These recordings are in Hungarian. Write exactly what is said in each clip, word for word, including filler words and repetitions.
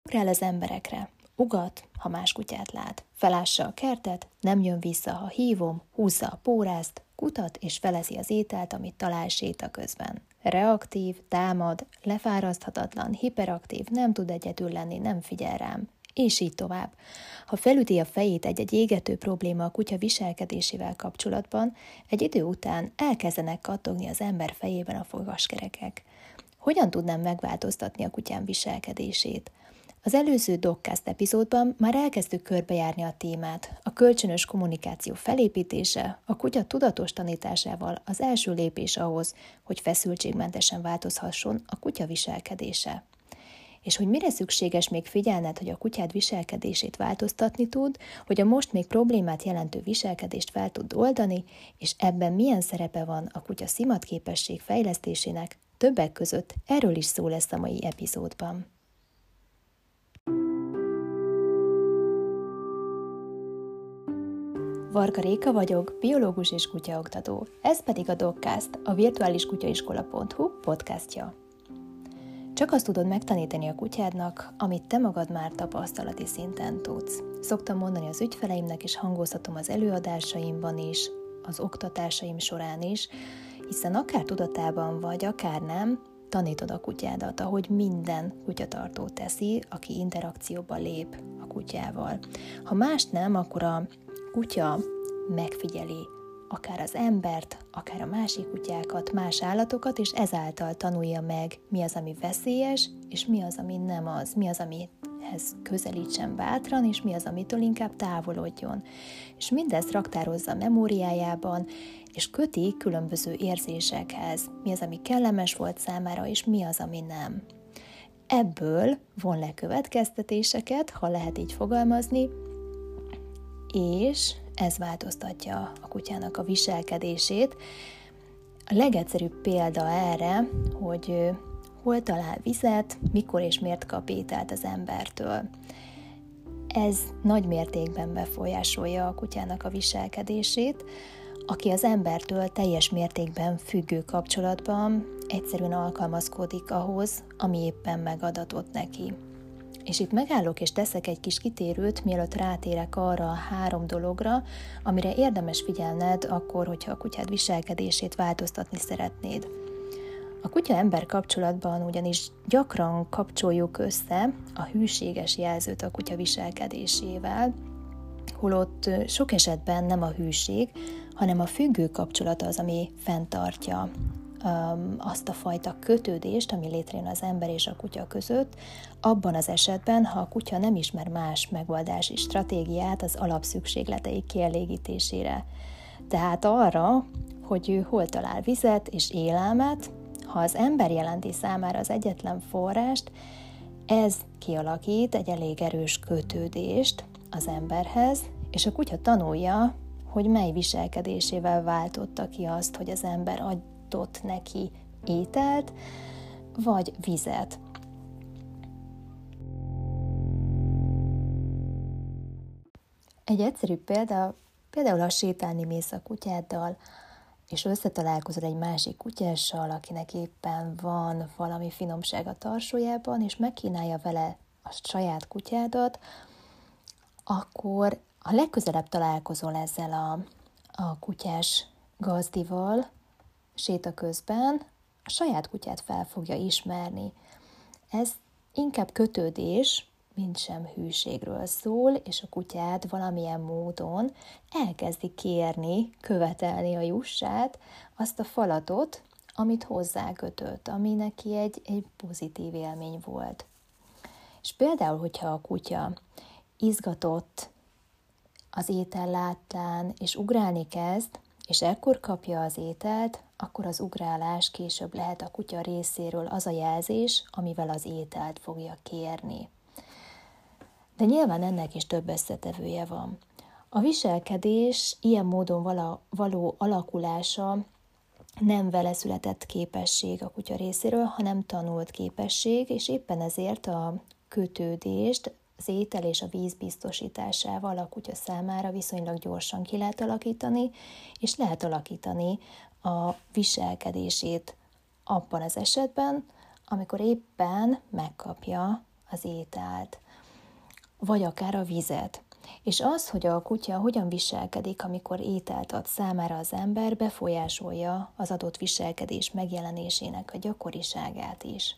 Ugrál az emberekre, ugat, ha más kutyát lát, felássa a kertet, nem jön vissza, ha hívom, húzza a pórázt, kutat és felezi az ételt, amit talál séta közben. Reaktív, támad, lefáraszthatatlan, hiperaktív, nem tud egyedül lenni, nem figyel rám. És így tovább. Ha felüti a fejét egy-egy égető probléma a kutya viselkedésével kapcsolatban, egy idő után elkezdenek kattogni az ember fejében a fogaskerekek. Hogyan tudnám megváltoztatni a kutyám viselkedését? Az előző Dogcast epizódban már elkezdtük körbejárni a témát. A kölcsönös kommunikáció felépítése, a kutya tudatos tanításával az első lépés ahhoz, hogy feszültségmentesen változhasson a kutya viselkedése. És hogy mire szükséges még figyelned, hogy a kutyád viselkedését változtatni tud, hogy a most még problémát jelentő viselkedést fel tud oldani, és ebben milyen szerepe van a kutya szimatképesség fejlesztésének, többek között erről is szó lesz a mai epizódban. Varga Réka vagyok, biológus és kutyaoktató, ez pedig a Dogcast, a virtuális kutyaiskola pont hu podcastja. Csak azt tudod megtanítani a kutyádnak, amit te magad már tapasztalati szinten tudsz. Szoktam mondani az ügyfeleimnek, és hangoztatom az előadásaimban is, az oktatásaim során is, hiszen akár tudatában vagy, akár nem, tanítod a kutyádat, ahogy minden kutyatartó teszi, aki interakcióba lép a kutyával. Ha más nem, akkor a kutya megfigyeli akár az embert, akár a másik kutyákat, más állatokat, és ezáltal tanulja meg, mi az, ami veszélyes, és mi az, ami nem az, mi az, amihez közelítsen bátran, és mi az, amitől inkább távolodjon. És mindezt raktározza a memóriájában, és köti különböző érzésekhez, mi az, ami kellemes volt számára, és mi az, ami nem. Ebből von le következtetéseket, ha lehet így fogalmazni, és ez változtatja a kutyának a viselkedését. A legegyszerűbb példa erre, hogy hol talál vizet, mikor és miért kap ételt az embertől. Ez nagy mértékben befolyásolja a kutyának a viselkedését, aki az embertől teljes mértékben függő kapcsolatban egyszerűen alkalmazkodik ahhoz, ami éppen megadatott neki. És itt megállok és teszek egy kis kitérőt, mielőtt rátérek arra a három dologra, amire érdemes figyelned akkor, hogyha a kutyád viselkedését változtatni szeretnéd. A kutya-ember kapcsolatban ugyanis gyakran kapcsoljuk össze a hűséges jelzőt a kutya viselkedésével, holott sok esetben nem a hűség, hanem a függő kapcsolat az, ami fenntartja azt a fajta kötődést, ami létrejön az ember és a kutya között, abban az esetben, ha a kutya nem ismer más megoldási stratégiát az alapszükségletei kielégítésére. Tehát arra, hogy ő hol talál vizet és élelmet, ha az ember jelenti számára az egyetlen forrást, ez kialakít egy elég erős kötődést az emberhez, és a kutya tanulja, hogy mely viselkedésével váltotta ki azt, hogy az ember adott neki ételt, vagy vizet. Egy egyszerű példa, például ha sétálni mész a kutyáddal, és összetalálkozol egy másik kutyással, akinek éppen van valami finomság a tarsójában, és megkínálja vele a saját kutyádat, akkor ha legközelebb találkozol ezzel a, a kutyás gazdival séta közben, a saját kutyát fel fogja ismerni. Ez inkább kötődés, mint sem hűségről szól, és a kutyát valamilyen módon elkezdi kérni, követelni a jussát, azt a falatot, amit hozzákötött, ami neki egy, egy pozitív élmény volt. És például, hogyha a kutya izgatott az étel láttán, és ugrálni kezd, és ekkor kapja az ételt, akkor az ugrálás később lehet a kutya részéről az a jelzés, amivel az ételt fogja kérni. De nyilván ennek is több összetevője van. A viselkedés ilyen módon vala, való alakulása nem vele született képesség a kutya részéről, hanem tanult képesség, és éppen ezért a kötődést az étel és a víz biztosításával a kutya számára viszonylag gyorsan ki lehet alakítani, és lehet alakítani a viselkedését abban az esetben, amikor éppen megkapja az ételt, vagy akár a vizet. És az, hogy a kutya hogyan viselkedik, amikor ételt ad számára az ember, befolyásolja az adott viselkedés megjelenésének a gyakoriságát is.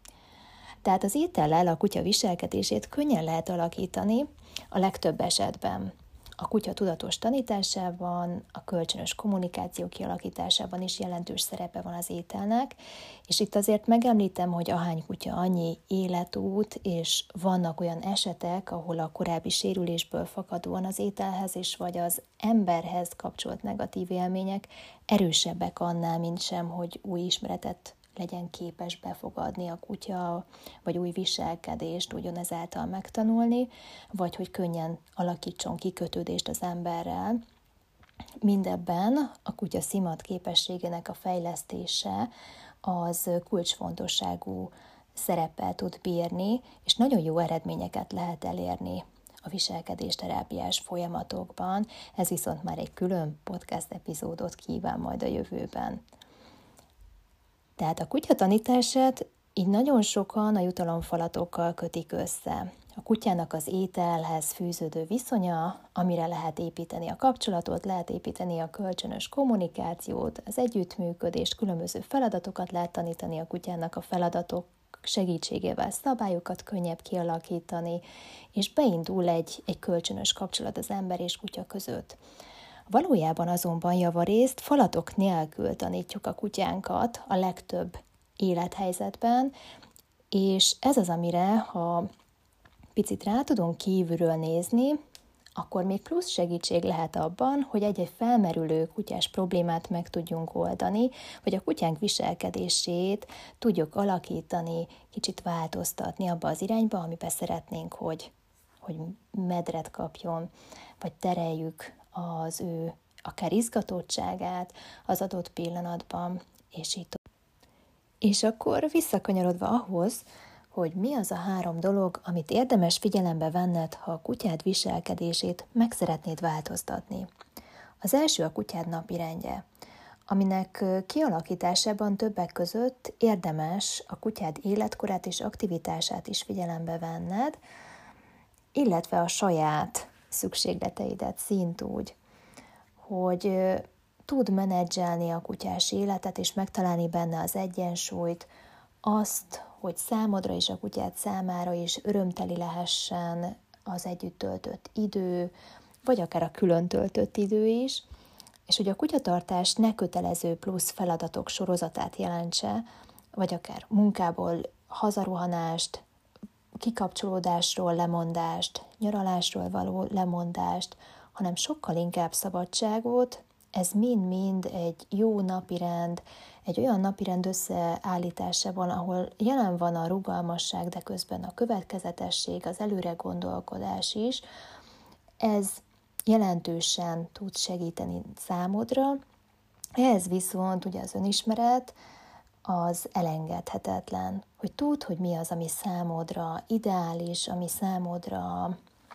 Tehát az étellel a kutya viselkedését könnyen lehet alakítani, a legtöbb esetben. A kutya tudatos tanításában, a kölcsönös kommunikáció kialakításában is jelentős szerepe van az ételnek, és itt azért megemlítem, hogy ahány kutya annyi életút, és vannak olyan esetek, ahol a korábbi sérülésből fakadóan az ételhez és vagy az emberhez kapcsolt negatív élmények erősebbek annál, mint sem, hogy új ismeretet legyen képes befogadni a kutya, vagy új viselkedést ugyanezáltal megtanulni, vagy hogy könnyen alakítson kikötődést az emberrel. Mindebben a kutya szimat képességének a fejlesztése az kulcsfontosságú szereppel tud bírni, és nagyon jó eredményeket lehet elérni a viselkedésterápiás folyamatokban. Ez viszont már egy külön podcast epizódot kíván majd a jövőben. Tehát a kutya tanítását így nagyon sokan a jutalomfalatokkal kötik össze. A kutyának az ételhez fűződő viszonya, amire lehet építeni a kapcsolatot, lehet építeni a kölcsönös kommunikációt, az együttműködést, különböző feladatokat lehet tanítani a kutyának, a feladatok segítségével szabályokat könnyebb kialakítani, és beindul egy, egy kölcsönös kapcsolat az ember és kutya között. Valójában azonban javarészt falatok nélkül tanítjuk a kutyánkat a legtöbb élethelyzetben, és ez az, amire, ha picit rá tudunk kívülről nézni, akkor még plusz segítség lehet abban, hogy egy-egy felmerülő kutyás problémát meg tudjunk oldani, vagy a kutyánk viselkedését tudjuk alakítani, kicsit változtatni abba az irányba, amiben szeretnénk, hogy, hogy medret kapjon, vagy tereljük az ő akár izgatottságát az adott pillanatban, és így tovább. És akkor visszakanyarodva ahhoz, hogy mi az a három dolog, amit érdemes figyelembe venned, ha a kutyád viselkedését meg szeretnéd változtatni. Az első a kutyád napirendje, aminek kialakításában többek között érdemes a kutyád életkorát és aktivitását is figyelembe venned, illetve a saját szükségleteidet szintúgy, hogy tud menedzselni a kutyás életet, és megtalálni benne az egyensúlyt, azt, hogy számodra és a kutyád számára is örömteli lehessen az együtt töltött idő, vagy akár a külön töltött idő is, és hogy a kutyatartás ne kötelező plusz feladatok sorozatát jelentse, vagy akár munkából hazaruhanást, kikapcsolódásról lemondást, nyaralásról való lemondást, hanem sokkal inkább szabadságot. Ez mind-mind egy jó napirend, egy olyan napirend összeállításában, ahol jelen van a rugalmasság, de közben a következetesség, az előre gondolkodás is. Ez jelentősen tud segíteni számodra. Ehhez viszont ugye az önismeret az elengedhetetlen, hogy tudd, hogy mi az, ami számodra ideális, ami számodra,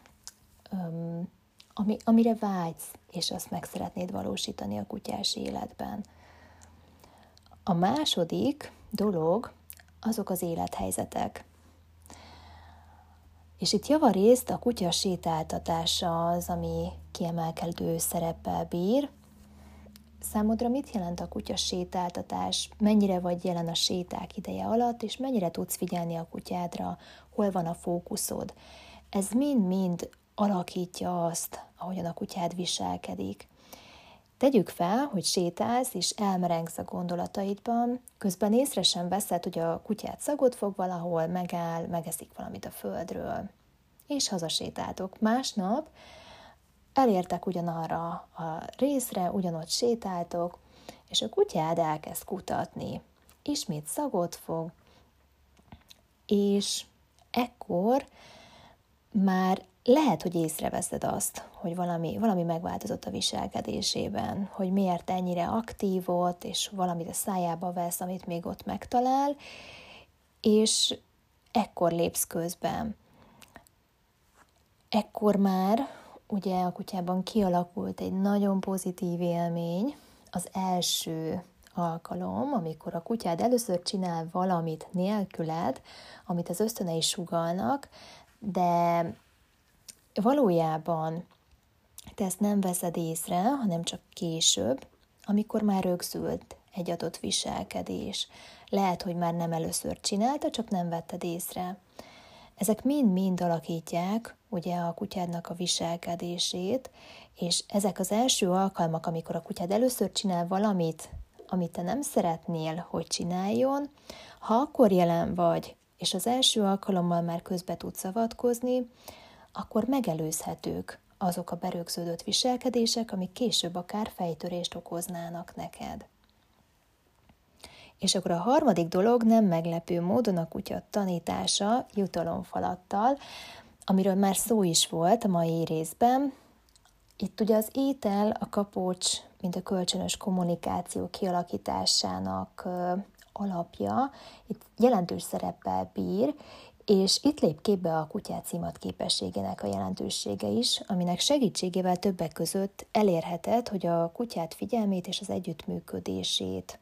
um, ami, amire vágysz, és azt meg szeretnéd valósítani a kutyás életben. A második dolog azok az élethelyzetek. És itt javarészt a kutya sétáltatása az, ami kiemelkedő szereppel bír. Számodra mit jelent a kutya sétáltatás? Mennyire vagy jelen a séták ideje alatt, és mennyire tudsz figyelni a kutyádra? Hol van a fókuszod? Ez mind-mind alakítja azt, ahogyan a kutyád viselkedik. Tegyük fel, hogy sétálsz, és elmerengsz a gondolataidban, közben észre sem veszed, hogy a kutyád szagot fog valahol, megáll, megeszik valamit a földről, és hazasétáltok. Másnap elértek ugyanarra a részre, ugyanott sétáltok, és a kutyád elkezd kutatni. Ismét szagot fog, és ekkor már lehet, hogy észreveszed azt, hogy valami, valami megváltozott a viselkedésében, hogy miért ennyire aktív volt, és valamit a szájába vesz, amit még ott megtalál, és ekkor lépsz közben. Ekkor már ugye a kutyában kialakult egy nagyon pozitív élmény, az első alkalom, amikor a kutyád először csinál valamit nélküled, amit az ösztönei sugallnak, de valójában te ezt nem veszed észre, hanem csak később, amikor már rögzült egy adott viselkedés. Lehet, hogy már nem először csinálta, csak nem vetted észre. Ezek mind-mind alakítják ugye a kutyádnak a viselkedését, és ezek az első alkalmak, amikor a kutyád először csinál valamit, amit te nem szeretnél, hogy csináljon, ha akkor jelen vagy, és az első alkalommal már közbe tudsz avatkozni, akkor megelőzhetők azok a berögződött viselkedések, amik később akár fejtörést okoznának neked. És akkor a harmadik dolog nem meglepő módon a kutya tanítása jutalomfalattal, amiről már szó is volt a mai részben. Itt ugye az étel, a kapocs, mint a kölcsönös kommunikáció kialakításának alapja, itt jelentős szereppel bír, és itt lép képbe a kutyád színmatképességének a jelentősége is, aminek segítségével többek között elérheted, hogy a kutyád figyelmét és az együttműködését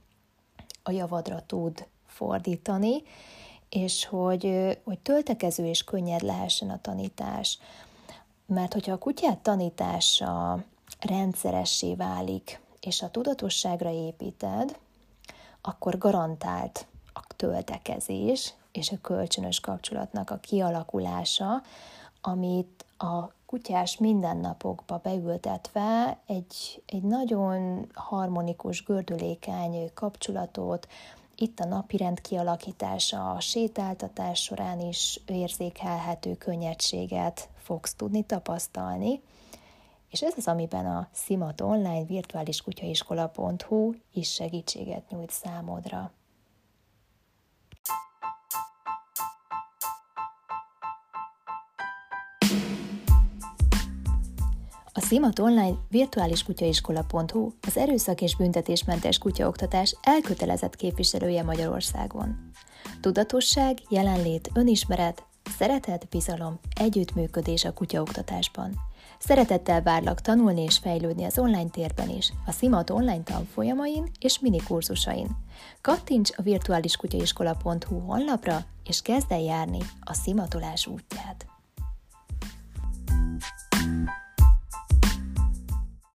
a javadra tud fordítani, és hogy, hogy töltekező és könnyed lehessen a tanítás. Mert hogyha a kutyád tanítása rendszeressé válik, és a tudatosságra építed, akkor garantált a töltekezés és a kölcsönös kapcsolatnak a kialakulása, amit a kutyás mindennapokba beültetve egy, egy nagyon harmonikus, gördülékeny kapcsolatot, itt a napirend kialakítása, a sétáltatás során is érzékelhető könnyedséget fogsz tudni tapasztalni, és ez az, amiben a Szimat Online virtuális kutyaiskola pont hu is segítséget nyújt számodra. A Szimat Online virtuális kutyaiskola pont hu az erőszak és büntetésmentes kutyaoktatás elkötelezett képviselője Magyarországon. Tudatosság, jelenlét, önismeret, szeretet, bizalom, együttműködés a kutyaoktatásban. Szeretettel várlak tanulni és fejlődni az online térben is, a Szimat Online tanfolyamain és minikurzusain. Kattints a virtuális kutyaiskola pont hu honlapra, és kezd el járni a szimatolás útját.